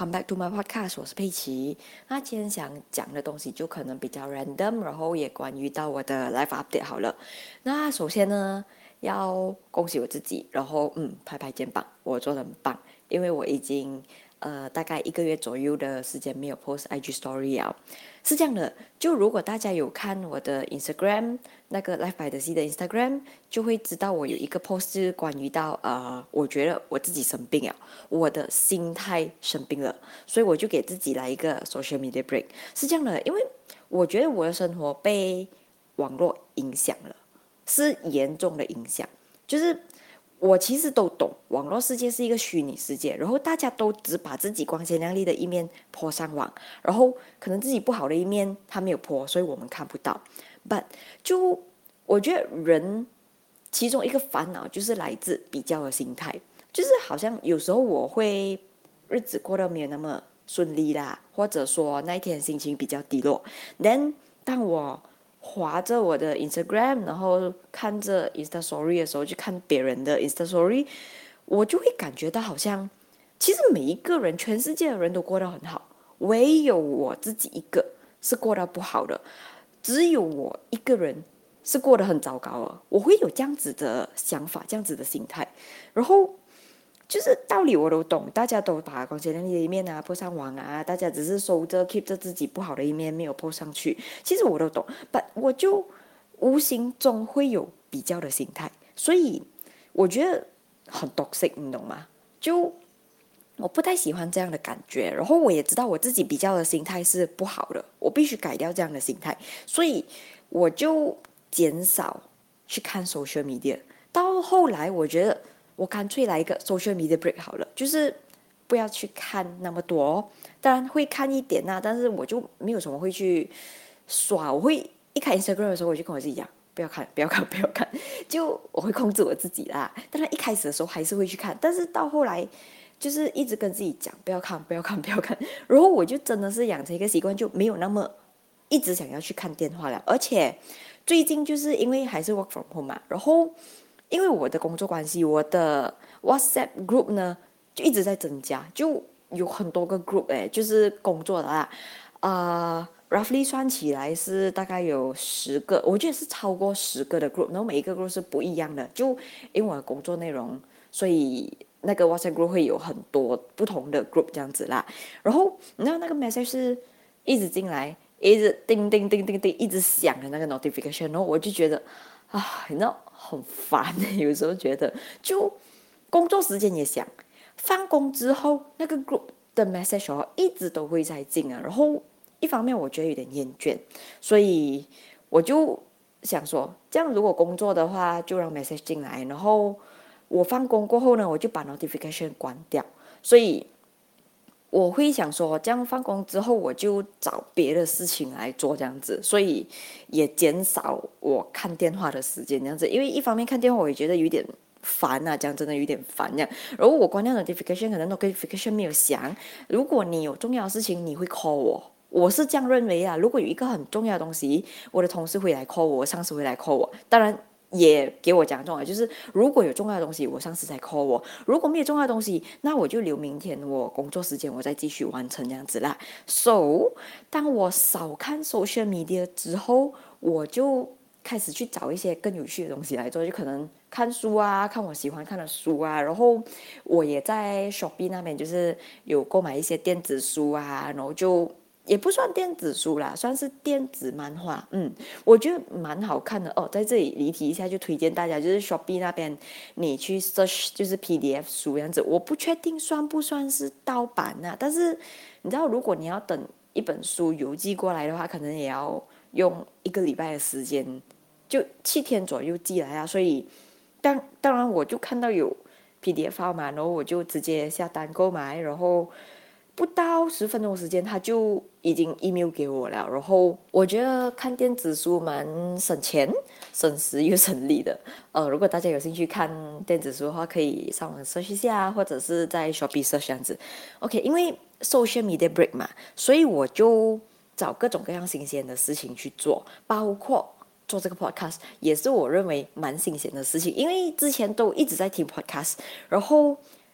Welcome back to my podcast， 我是佩奇。那今天想讲的东西就可能比较 random， 然后也关于到我的 life update 好了。那首先呢，要恭喜我自己，然后拍拍肩膀，我做得很棒，因为我已经大概1个月左右的时间没有 post IG story 了。是这样的，就如果大家有看我的 Instagram 那个 Life by the Sea 的 Instagram， 就会知道我有一个 post 是关于到我觉得我自己生病了，我的心态生病了，所以我就给自己来一个 social media break。是这样的，因为我觉得我的生活被网络影响了，是严重的影响，就是我其实都懂，网络世界是一个虚拟世界，然后大家都只把自己光鲜亮丽的一面泼上网，然后可能自己不好的一面他没有泼，所以我们看不到。But 就我觉得人其中一个烦恼就是来自比较的心态，就是好像有时候我会日子过得没有那么顺利啦，或者说那一天心情比较低落， then 当我滑着我的 Instagram， 然后看着 Insta Story 的时候，去看别人的 Insta Story， 我就会感觉到好像，其实每一个人，全世界的人都过得很好，唯有我自己一个是过得不好的，只有我一个人是过得很糟糕啊！我会有这样子的想法，这样子的心态，然后就是道理我都懂，大家都把光鲜亮丽的一面啊泼上网啊，大家只是收着 keep 着自己不好的一面没有泼上去，其实我都懂， but 我就无形中会有比较的心态，所以我觉得很 toxic， 你懂吗？就我不太喜欢这样的感觉，然后我也知道我自己比较的心态是不好的，我必须改掉这样的心态，所以我就减少去看 social media。到后来，我觉得我干脆来一个 social media break 好了，就是不要去看那么多哦，当然会看一点但是我就没有什么会去刷。我会一开 Instagram 的时候，我就跟我自己讲，不要看，不要看，不要看，就我会控制我自己啦。当然一开始的时候还是会去看，但是到后来就是一直跟自己讲，不要看，不要看，不要看。然后我就真的是养成一个习惯，就没有那么一直想要去看电话了。而且最近就是因为还是 work from home 嘛，然后因为我的工作关系，我的 WhatsApp group 呢就一直在增加，就有很多个 group 就是工作的啦，roughly 算起来是大概有10个，我觉得是超过10个的 group，然后每一个 group 是不一样的，就因为我的工作内容，所以那个 WhatsApp group 会有很多不同的 group 这样子啦。然后你知道那个 message 是一直进来，一直叮叮叮叮叮一直响的那个 notification， 然后我就觉得你知道很烦有时候觉得就工作时间也响，放工之后那个 group 的 message 一直都会在进啊，然后一方面我觉得有点厌倦，所以我就想说，这样如果工作的话就让 message 进来，然后我放工过后呢，我就把 notification 关掉，所以我会想说，这样放工之后我就找别的事情来做，这样子，所以也减少我看电话的时间，这样子。因为一方面看电话我也觉得有点烦啊，讲真的有点烦这样。然后我关掉 notification， 可能 notification 没有响。如果你有重要的事情，你会 call 我。我是这样认为啊，如果有一个很重要的东西，我的同事会来 call 我，上司会来 call 我，当然也给我讲重要，就是如果有重要的东西，我上司才 call 我；如果没有重要的东西，那我就留明天我工作时间，我再继续完成这样子啦。So，当我少看 social media 之后，我就开始去找一些更有趣的东西来做，就可能看书啊，看我喜欢看的书啊，然后我也在 Shopee 那边就是有购买一些电子书啊，然后就也不算电子书啦，算是电子漫画，我觉得蛮好看的哦。在这里离题一下，就推荐大家，就是 Shopee 那边你去 search 就是 PDF 书这样子，我不确定算不算是盗版啊，但是你知道，如果你要等一本书邮寄过来的话，可能也要用1个礼拜的时间，就7天左右寄来啊。所以当然我就看到有 PDF 号嘛，然后我就直接下单购买，然后不到10分钟时间他就已经 email 给我了。然后我觉得看电子书蛮省钱省时又省力的，如果大家有兴趣看电子书的话，可以上网 search 一下，或者是在 Shopee search 这样子。 OK， 因为 social media break 嘛，所以我就找各种各样新鲜的事情去做，包括做这个 podcast 也是我认为蛮新鲜的事情，因为之前都一直在听 podcast， 然后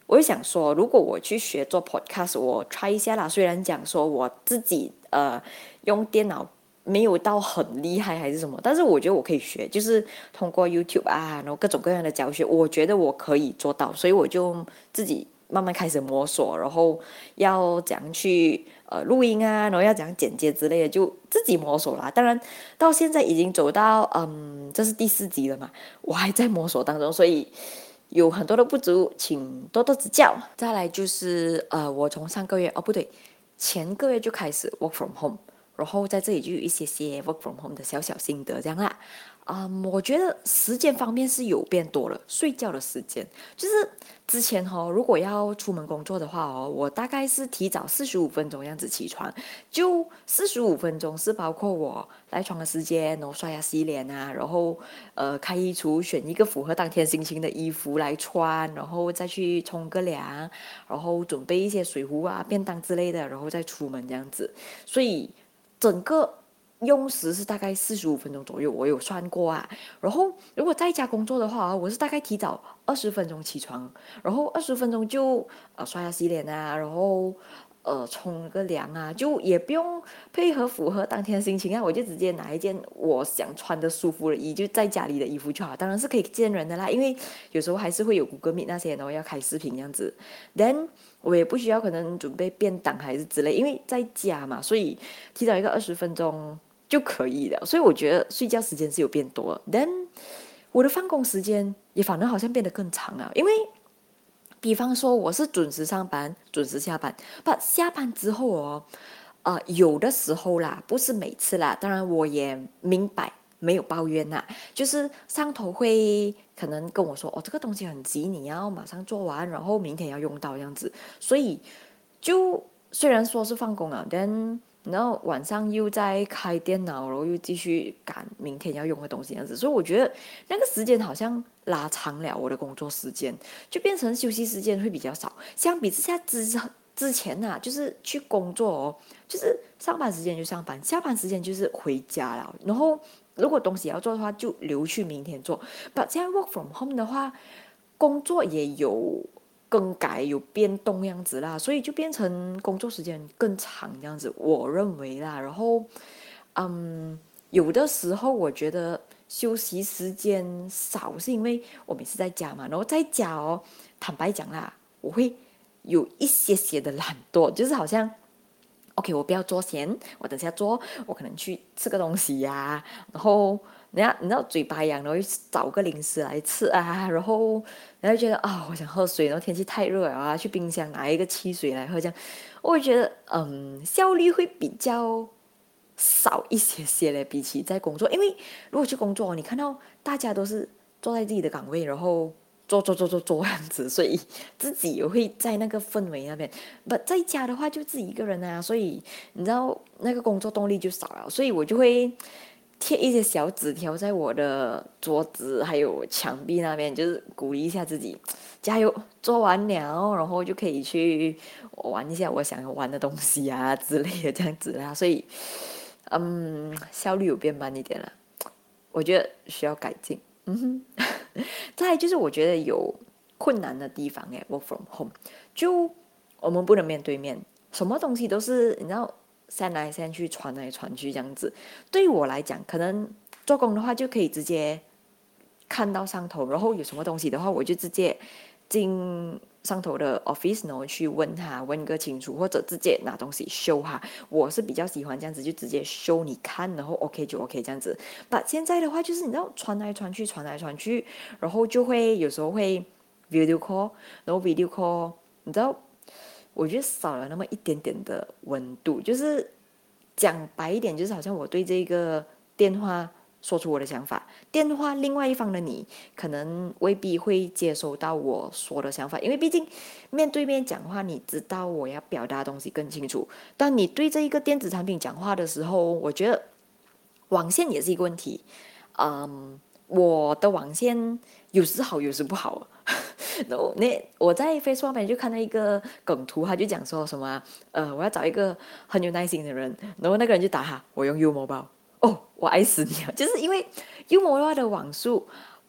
我就想说，如果我去学做 podcast，我 try 一下啦。虽然讲说我自己用电脑没有到很厉害还是什么，但是我觉得我可以学，就是通过 YouTube 啊，然后各种各样的教学，我觉得我可以做到，所以我就自己慢慢开始摸索，然后要怎样去录音啊，然后要怎样剪接之类的，就自己摸索啦。当然到现在已经走到这是第4集了嘛，我还在摸索当中，所以有很多的不足，请多多指教。再来就是我从上个月不对，前个月就开始 work from home，然后在这里就有一些 work from home 的小小心得这样啦。我觉得时间方面是有变多了，睡觉的时间就是之前如果要出门工作的话我大概是提早45分钟这样子起床，就45分钟是包括我赖床的时间，然后刷牙洗脸啊，然后开衣橱选一个符合当天心情的衣服来穿，然后再去冲个凉，然后准备一些水壶啊、便当之类的，然后再出门这样子，所以整个用时是大概45分钟左右，我有算过啊。然后如果在家工作的话，我是大概提早20分钟起床，然后20分钟就刷牙洗脸啊，然后冲个凉啊，就也不用配合符合当天的心情啊，我就直接拿一件我想穿的舒服的衣，就在家里的衣服就好。当然是可以见人的啦，因为有时候还是会有Google Meet那些，然后要开视频这样子。Then 我也不需要可能准备便当还是之类，因为在家嘛，所以提早一个20分钟就可以了。所以我觉得睡觉时间是有变多了。Then 我的放工时间也反而好像变得更长了，因为比方说我是准时上班准时下班，不下班之后有的时候啦，不是每次啦，当然我也明白没有抱怨啦，就是上头会可能跟我说这个东西很急，你要马上做完，然后明天要用到这样子，所以就虽然说是放工了，但然后晚上又在开电脑，然后又继续赶明天要用的东西这样子，所以我觉得那个时间好像拉长了我的工作时间，就变成休息时间会比较少。相比之下之前就是去工作就是上班时间就上班，下班时间就是回家了，然后如果东西要做的话就留去明天做。但现在 work from home 的话，工作也有更改有变动样子啦，所以就变成工作时间更长这样子，我认为啦。然后有的时候我觉得休息时间少是因为我每次在家嘛，然后在家坦白讲啦，我会有一些的懒惰，就是好像OK，我不要做先，我等下做，我可能去吃个东西呀，然后你知道嘴巴痒，然后找个零食来吃啊，然后觉得我想喝水，然后天气太热了去冰箱拿一个汽水来喝，这样我会觉得效率会比较少一些嘞，比起在工作，因为如果去工作，你看到大家都是坐在自己的岗位，然后做这样子，所以自己也会在那个氛围那边。不在家的话就自己一个人所以你知道那个工作动力就少了，所以我就会贴一些小纸条在我的桌子还有墙壁那边，就是鼓励一下自己，加油，做完了，然后就可以去玩一下我想要玩的东西之类的这样子啦。所以效率有变慢一点了，我觉得需要改进。再来就是我觉得有困难的地方work from home， 就我们不能面对面，什么东西都是你知道散来散去传来传去这样子。对于我来讲，可能做工的话就可以直接看到上头，然后有什么东西的话我就直接进上头的 office 然后去问他，问个清楚，或者直接拿东西 show 他。我是比较喜欢这样子，就直接 show 你看，然后 OK 就 OK 这样子。但现在的话就是你知道传来传去，然后就会有时候会 video call， 然后 video call 你知道我觉得少了那么一点点的温度，就是讲白一点，就是好像我对这个电话说出我的想法，电话另外一方的你可能未必会接收到我说的想法，因为毕竟面对面讲话，你知道我要表达的东西更清楚。当你对这一个电子产品讲话的时候，我觉得网线也是一个问题。我的网线有时好有时不好。然后我在 Facebook 上面就看到一个梗图，他就讲说什么我要找一个很有耐心的人，然后那个人就打我用 U Mobile，我爱死你了，就是因为 U Mobile 的网速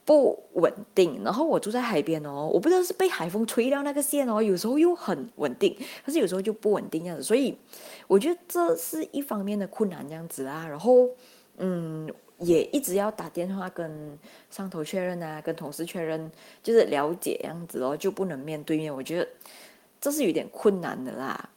不稳定。然后我住在海边哦，我不知道是被海风吹掉那个线哦，有时候又很稳定，可是有时候就不稳定这样子，所以我觉得这是一方面的困难这样子啊。然后也一直要打电话跟上头确认啊，跟同事确认，就是了解这样子哦，就不能面对面。我觉得这是有点困难的啦。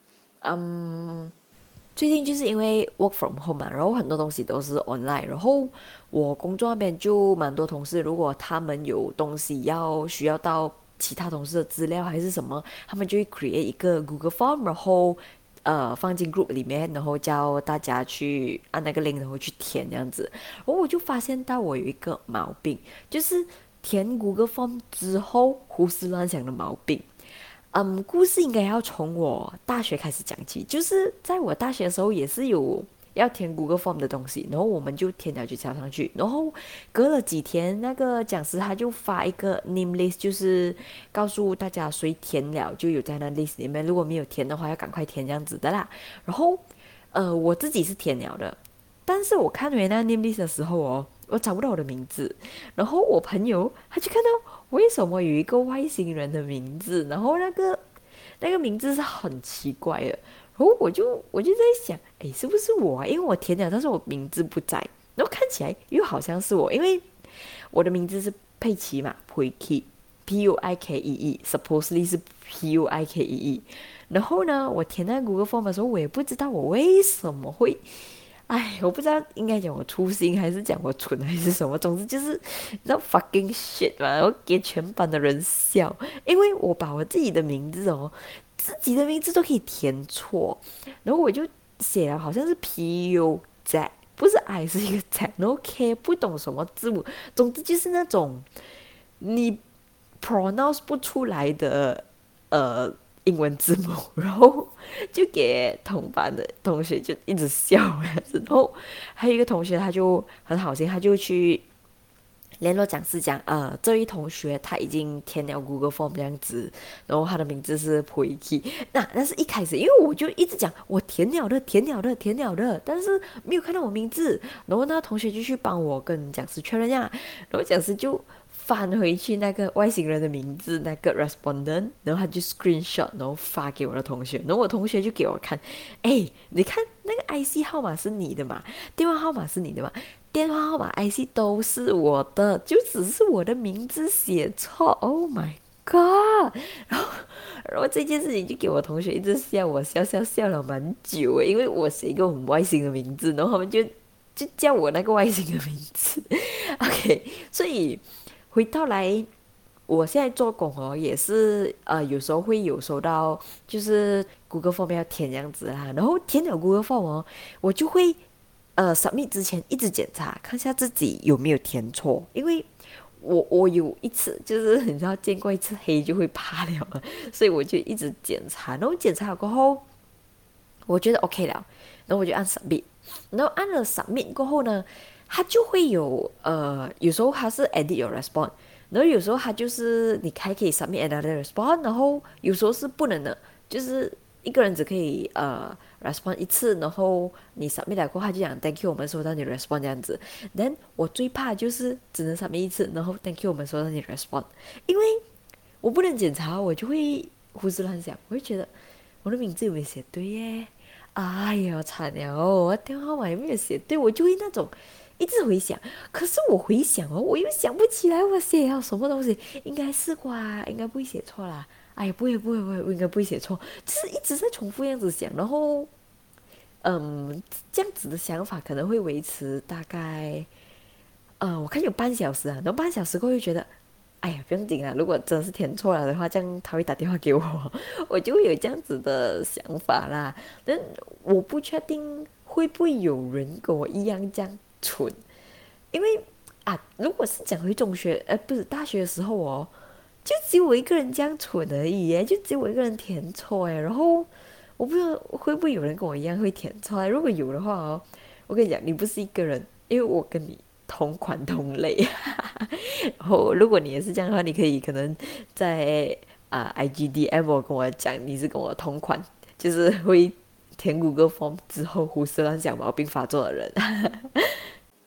最近就是因为 work from home 嘛，然后很多东西都是 online，然后我工作那边就蛮多同事，如果他们有东西需要到其他同事的资料还是什么，他们就会 create 一个 Google Form，然后放进 group 里面，然后叫大家去按那个 link，然后去填这样子。然后我就发现到我有一个毛病，就是填 Google Form 之后胡思乱想的毛病。故事应该要从我大学开始讲起，就是在我大学的时候也是有要填 Google Form 的东西，然后我们就填了就交上去，然后隔了几天，那个讲师他就发一个 name list，就是告诉大家谁填了就有在那 list 里面，如果没有填的话要赶快填这样子的啦。然后我自己是填了的，但是我看回那 name list 的时候哦，我找不到我的名字，然后我朋友他就看到为什么有一个外星人的名字，然后那个名字是很奇怪的，然后我就在想，诶，是不是我啊？因为我填了，但是我名字不在，然后看起来又好像是我，因为我的名字是佩奇嘛，Puikee，Puikee，supposedly 是 Puikee，然后呢，我填那个 Google Form 的时候，我也不知道我为什么会。哎，我不知道应该讲我粗心，还是讲我蠢，还是什么。总之就是你知道 fucking shit 嘛，然后给全班的人笑，因为我把我自己的名字哦，自己的名字都可以填错，然后我就写了好像是 Pu Z，不是 I 是一个 Z，然后 K 不懂什么字母，总之就是那种你 pronounce 不出来的呃英文字母，然后就给同班的同学就一直笑然后还有一个同学他就很好心，他就去联络讲师讲，这位同学他已经填了 Google Form 这样子，然后他的名字是 p u i k i 但是一开始因为我就一直讲我填了的，填了的，填了的，但是没有看到我名字，然后那个同学就去帮我跟讲师确认呀，然后讲师就翻回去那个外星人的名字那个 respondent，然后他就 screenshot，然后发给我的同学，然后我同学就给我看，哎，你看那个 IC 号码是你的嘛，电话号码是你的嘛，电话号码 IC 都是我的，就只是我的名字写错。Oh my god！然后这件事情就给我同学一直笑我，笑了蛮久诶，因为我写一个很外星的名字，然后他们就叫我那个外星的名字。OK，所以回到来，我现在做工哦，也是有时候会有收到，就是 Google Form 要填这样子啦，然后填了 Google Form 哦，我就会submit 之前一直检查，看下自己有没有填错，因为我有一次就是你知道见过一次黑就会怕了嘛，所以我就一直检查，然后检查了过后，我觉得 OK 了，然后我就按 submit，然后按了 submit 过后呢，它就会有有时候它是 edit your response，然后有时候它就是你还可以 submit another response，然后有时候是不能的，就是一个人只可以respond 一次，然后你 submit 了过后，他就讲 thank you，我们收到你 respond 这样子。then 我最怕就是只能 submit 一次，然后 thank you，我们收到你 respond，因为我不能检查，我就会胡思乱想，我会觉得我的名字有没有写对耶？哎呀，惨了哦，我电话号码有没有写对？我就会那种一直回想，可是我回想哦，我又想不起来我写了什么东西，应该是吧？应该不会写错啦。哎呀，不会，我应该不会写错，就是一直在重复这样子想，然后这样子的想法可能会维持大概我看有半小时啊，然后半小时过后又觉得，哎呀，不用紧啊，如果真的是填错了的话，这样他会打电话给我，我就会有这样子的想法啦。但我不确定会不会有人跟我一样这样蠢，因为如果是讲回中学，不是大学的时候哦，就只有我一个人这样蠢而已耶，就只有我一个人填错哎，然后我不知道会不会有人跟我一样会填错，如果有的话哦，我跟你讲，你不是一个人，因为我跟你同款同类，然后如果你也是这样的话，你可能在IGDM 我跟我讲你是跟我同款，就是会填谷歌 Form 之后胡思乱想毛病发作的人。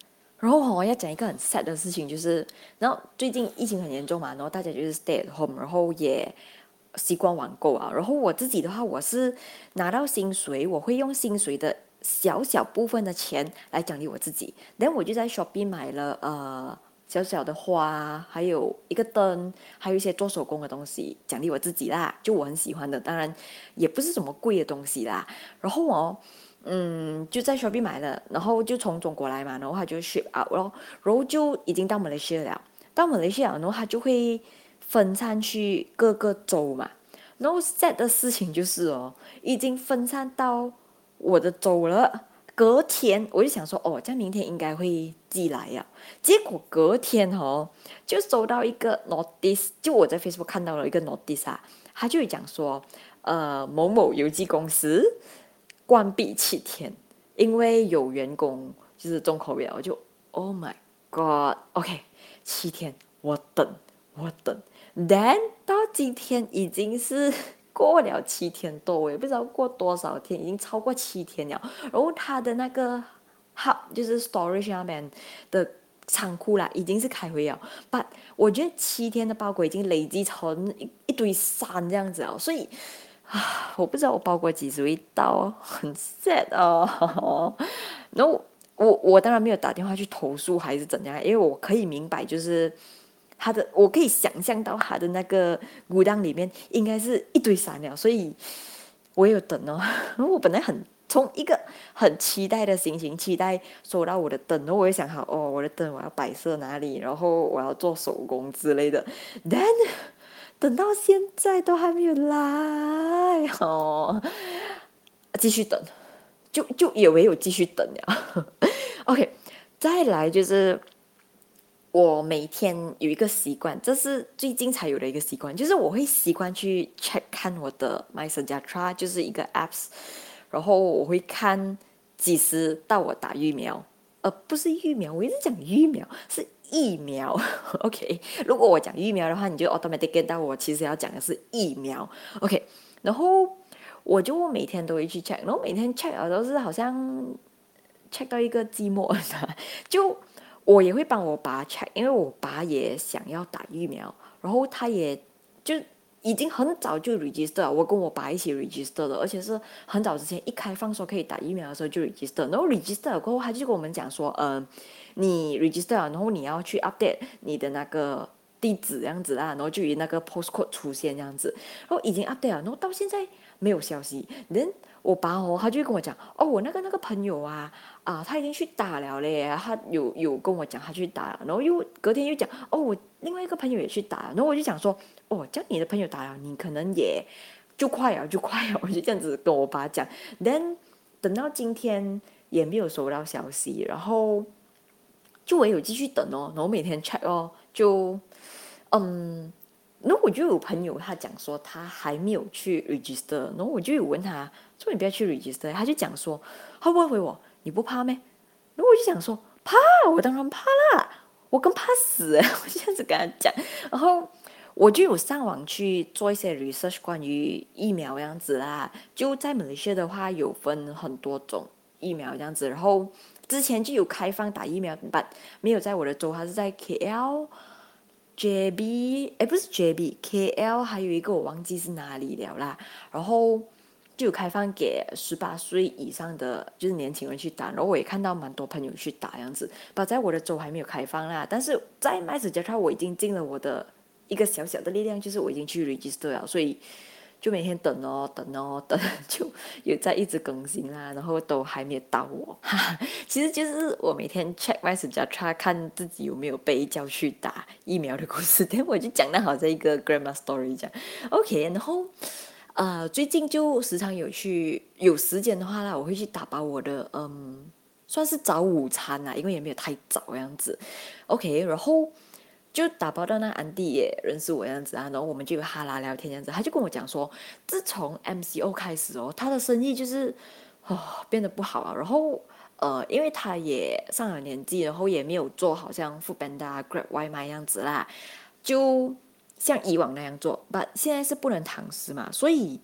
然后要讲一个很 sad 的事情，就是然后最近疫情很严重嘛，然后大家就是 stay at home，然后也习惯网购啊。然后我自己的话，我是拿到薪水，我会用薪水的小小部分的钱来奖励我自己。然后我就在 Shopee 买了小小的花，还有一个灯，还有一些做手工的东西，奖励我自己啦，就我很喜欢的，当然也不是什么贵的东西啦。然后就在 Shopee 买了，然后就从中国来嘛，然后他就 ship out 咯，然后就已经到马来西亚了。到马来西亚，然后他就会分散去各个州嘛。然后 sad 的事情就是已经分散到我的州了。隔天我就想说，这样明天应该会寄来呀。结果隔天就收到一个 notice，就我在 Facebook 看到了一个 notice 啊，他就会讲说，某某邮寄公司关闭7天，因为有员工就是中口了，我就 Oh my God，OK，7天，我等，then 到今天已经是过了7天多，我也不知道过多少天，已经超过7天了。然后他的那个 hub 就是 storage 那边的仓库啦，已经是开回了。But 我觉得7天的包裹已经累积成一堆山这样子了，所以我不知道我包裹几时会到，很 sad 哦。然后我当然没有打电话去投诉还是怎样，因为我可以明白，就是我可以想象到他的那个谷档里面应该是一堆山了，所以我也有等哦。然后我本来从一个很期待的心情，期待收到我的灯，然后我也想好我的灯我要摆设哪里，然后我要做手工之类的。Then 等到现在都还没有来继续等，就也唯有继续等了。OK，再来就是我每天有一个习惯，这是最近才有的一个习惯，就是我会习惯去 check 看我的 MySejahtera， 就是一个 apps， 然后我会看几时到我打疫苗，不是疫苗，我一直讲疫苗是疫苗。OK， 如果我讲疫苗的话，你就 automatic get 到我其实要讲的是疫苗。OK， 然后我就每天都会去 check， 然后每天 check 的都是好像 check 到一个寂寞，就我也会帮我爸 check，因为我爸也想要打疫苗，然后他也就已经很早就 register 了，我跟我爸一起 register 的，而且是很早之前一开放说可以打疫苗的时候就 register， 然后 register 了过后他就跟我们讲说，你 register 了，然后你要去 update 你的那个地址这样子啦，然后就以那个 postcode 出现这样子，然后已经 update 了，然后到现在没有消息。then 我爸他就跟我讲，我那个朋友他已经去打了嘞，他有跟我讲他去打了，然后又隔天又讲，我另外一个朋友也去打了，然后我就想说，这样你的朋友打了，你可能也就快了，我就这样子跟我爸讲。then 等到今天也没有收到消息，然后就我有继续等然后每天 check 就然后我就有朋友他讲说他还没有去 register， 然后我就有问他说你不要去 register， 他就讲说他问回我你不怕咩？然后我就想说怕，我当然怕啦，我更怕死我就这样子跟他讲，然后我就有上网去做一些 research 关于疫苗这样子啦，就在马来西亚的话有分很多种疫苗这样子，然后之前就有开放打疫苗，但没有在我的州，它是在 KL、JB，不是 JB，KL 还有一个我忘记是哪里了啦，然后就有开放给18岁以上的就是年轻人去打，然后我也看到蛮多朋友去打这样子，在我的州还没有开放啦，但是在MySejahtera我已经尽了我的一个小小的力量，就是我已经去 register 了，所以就每天等，就有在一直更新啦，然后都还没有到我，其实就是我每天 check MySejahtera 看自己有没有被叫去打疫苗的故事，但我就讲的好像一个 grandma story 这样 ，OK， 然后最近就时常有时间的话啦，我会去打包我的算是早午餐啦，因为也没有太早这样子，OK， 然后就打包到那安迪也认识我这样子然后我们就有哈拉聊天这样子，他就跟我讲说，自从 MCO 开始他的生意就是变得不好啊，然后因为他也上了年纪，然后也没有做好像 Foodpanda、Grab 外卖这样子啦，就像以往那样做，但现在是不能堂食嘛，所以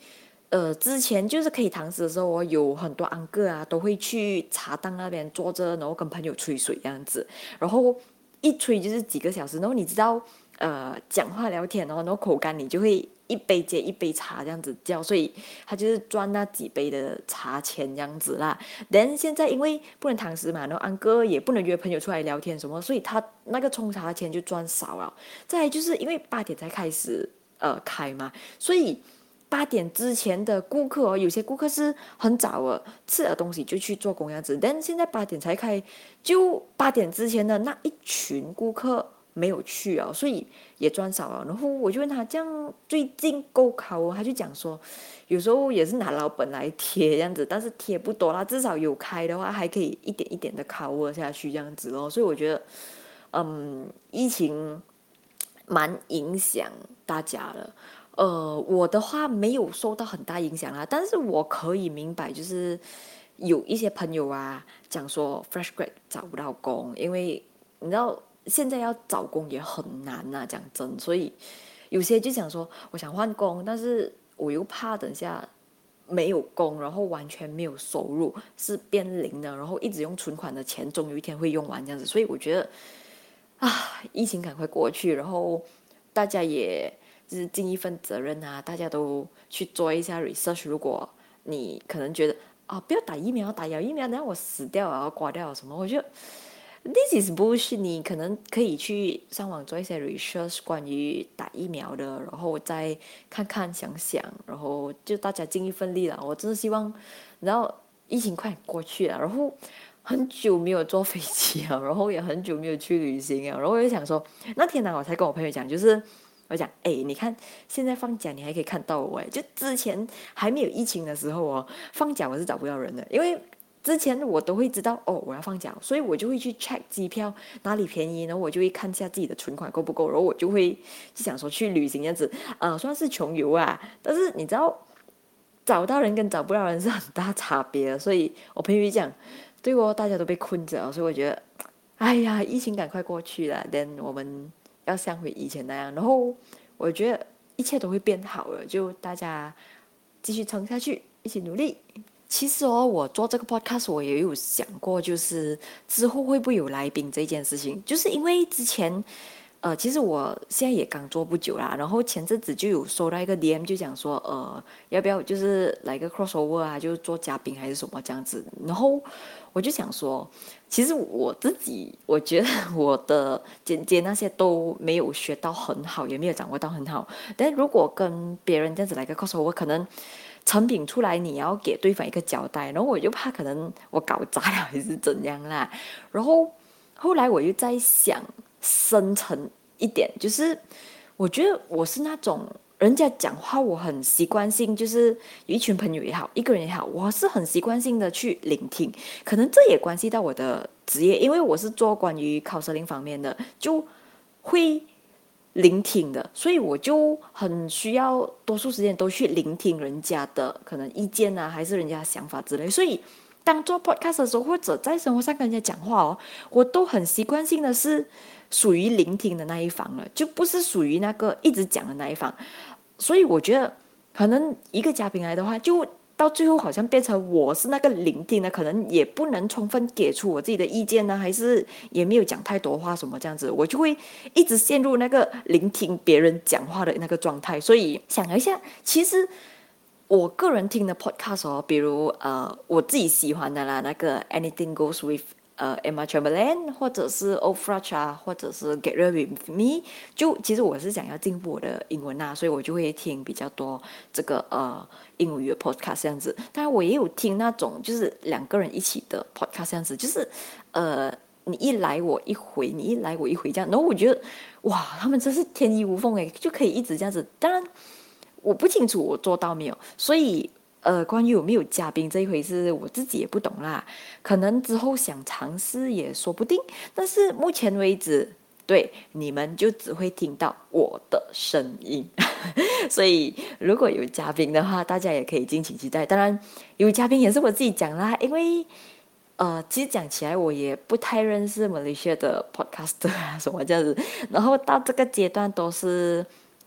之前就是可以堂食的时候，我有很多安哥啊，都会去茶档那边坐着，然后跟朋友吹水这样子，然后一吹就是几个小时，然后你知道，讲话聊天，然后口干，你就会一杯接一杯茶这样子叫，所以他就是赚那几杯的茶钱这样子啦。但现在因为不能堂食嘛，然后安哥也不能约朋友出来聊天什么，所以他那个冲茶钱就赚少了。再来就是因为8点才开始开嘛，所以8点之前的顾客有些顾客是很早吃了东西就去做工样子，但现在8点才开，就8点之前的那一群顾客没有去所以也赚少了。然后我就问他这样最近够考他就讲说有时候也是拿老本来贴这样子，但是贴不多啦，至少有开的话还可以一点一点的cover下去这样子所以我觉得疫情蛮影响大家的。我的话没有受到很大影响啦，但是我可以明白，就是有一些朋友讲说 fresh grad 找不到工，因为你知道现在要找工也很难讲真，所以有些就想说我想换工，但是我又怕等下没有工，然后完全没有收入，是变零的，然后一直用存款的钱，总有一天会用完这样子，所以我觉得疫情赶快过去，然后大家也就是尽一份责任大家都去做一下 research。如果你可能觉得不要打疫苗，打疫苗，等下我死掉了，挂掉了什么，我觉得 this is bullshit。你可能可以去上网做一些 research 关于打疫苗的，然后再看看想想，然后就大家尽一份力了。我真的希望，然后疫情快点过去了，然后很久没有坐飞机了，然后也很久没有去旅行了，然后我就想说，那天我才跟我朋友讲，就是我讲，你看现在放假你还可以看到我，就之前还没有疫情的时候放假我是找不到人的，因为之前我都会知道我要放假，所以我就会去 check 机票哪里便宜，然后我就会看一下自己的存款够不够，然后我就会就想说去旅行这样子，算是穷游但是你知道找到人跟找不到人是很大差别的，所以我朋友就讲，对大家都被困着，所以我觉得哎呀，疫情赶快过去了 then 我们要像回以前那样，然后我觉得一切都会变好了，就大家继续撑下去，一起努力。其实我做这个 podcast 我也有想过，就是之后会不会有来宾这件事情，就是因为之前其实我现在也刚做不久啦，然后前阵子就有收到一个 DM 就讲说要不要就是来个 crossover就做嘉宾还是什么这样子，然后我就想说其实我自己我觉得我的剪接那些都没有学到很好，也没有掌握到很好，但如果跟别人这样子来个 crossover 可能成品出来你要给对方一个交代，然后我就怕可能我搞砸了还是怎样啦，然后后来我又在想深层一点，就是我觉得我是那种人家讲话我很习惯性，就是有一群朋友也好，一个人也好，我是很习惯性的去聆听，可能这也关系到我的职业，因为我是做关于 counseling 方面的，就会聆听的，所以我就很需要多数时间都去聆听人家的可能意见还是人家的想法之类。所以当做 podcast 的时候，或者在生活上跟人家讲话我都很习惯性的是属于聆听的那一方了，就不是属于那个一直讲的那一方。所以我觉得可能一个嘉宾来的话，就到最后好像变成我是那个聆听的，可能也不能充分给出我自己的意见还是也没有讲太多话什么这样子，我就会一直陷入那个聆听别人讲话的那个状态。所以想一下，其实我个人听的 podcast 比如我自己喜欢的啦，那个 Anything Goes with Emma Chamberlain 或者是 Oprah 或者是 Get Ready With Me， 就其实我是想要进步我的英文所以我就会听比较多这个英语的 podcast 这样子。当然我也有听那种就是2个人一起的 podcast 这样子，就是你一来我一回，你一来我一回这样，然后我觉得哇，他们真是天衣无缝就可以一直这样子。当然我不清楚我做到没有，所以关于有没有嘉宾这一回事，我自己也不懂啦。可能之后想尝试也说不定，但是目前为止，对你们就只会听到我的声音。所以如果有嘉宾的话，大家也可以敬请期待。当然，有嘉宾也是我自己讲啦，因为其实讲起来我也不太认识马来西亚的 podcaster 什么这样子，然后到这个阶段都是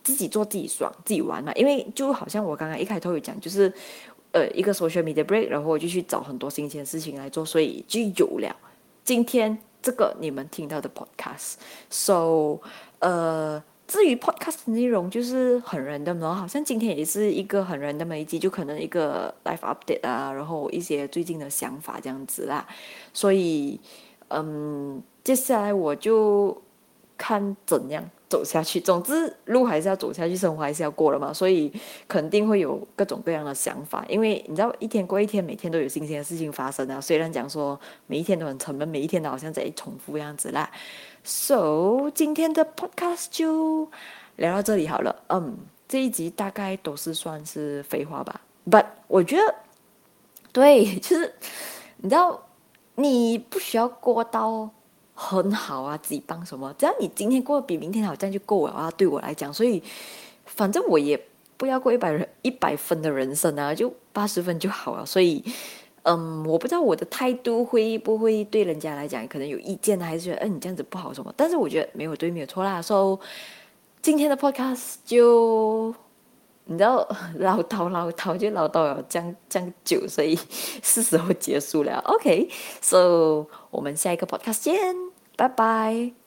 自己做自己爽自己玩嘛，因为就好像我刚刚一开头有讲，就是一个 social media break，然后我就去找很多新鲜的事情来做，所以就有了今天这个你们听到的 podcast。 So 至于 podcast 的内容就是很 random 咯，好像今天也是一个很 random 的一集，就可能一个 life update 啊，然后一些最近的想法这样子啦。所以接下来我就看怎样走下去，总之路还是要走下去，生活还是要过了嘛，所以肯定会有各种各样的想法，因为你知道一天过一天，每天都有新鲜的事情发生啊，虽然讲说每一天都很沉闷，每一天都好像在重复这样子啦。So 今天的 podcast 就聊到这里好了。这一集大概都是算是废话吧， But 我觉得对，就是你知道，你不需要过到很好啊，自己帮什么，只要你今天过得比明天好，这样就够了啊。对我来讲，所以反正我也不要过100分的人生啊，就80分就好了。所以，我不知道我的态度会不会对人家来讲可能有意见啊，还是觉得，你这样子不好什么？但是我觉得没有对，没有错啦。So 今天的 podcast 就你知道唠叨就唠叨了这样久，所以是时候结束了。OK，so 我们下一个 podcast 见，拜拜。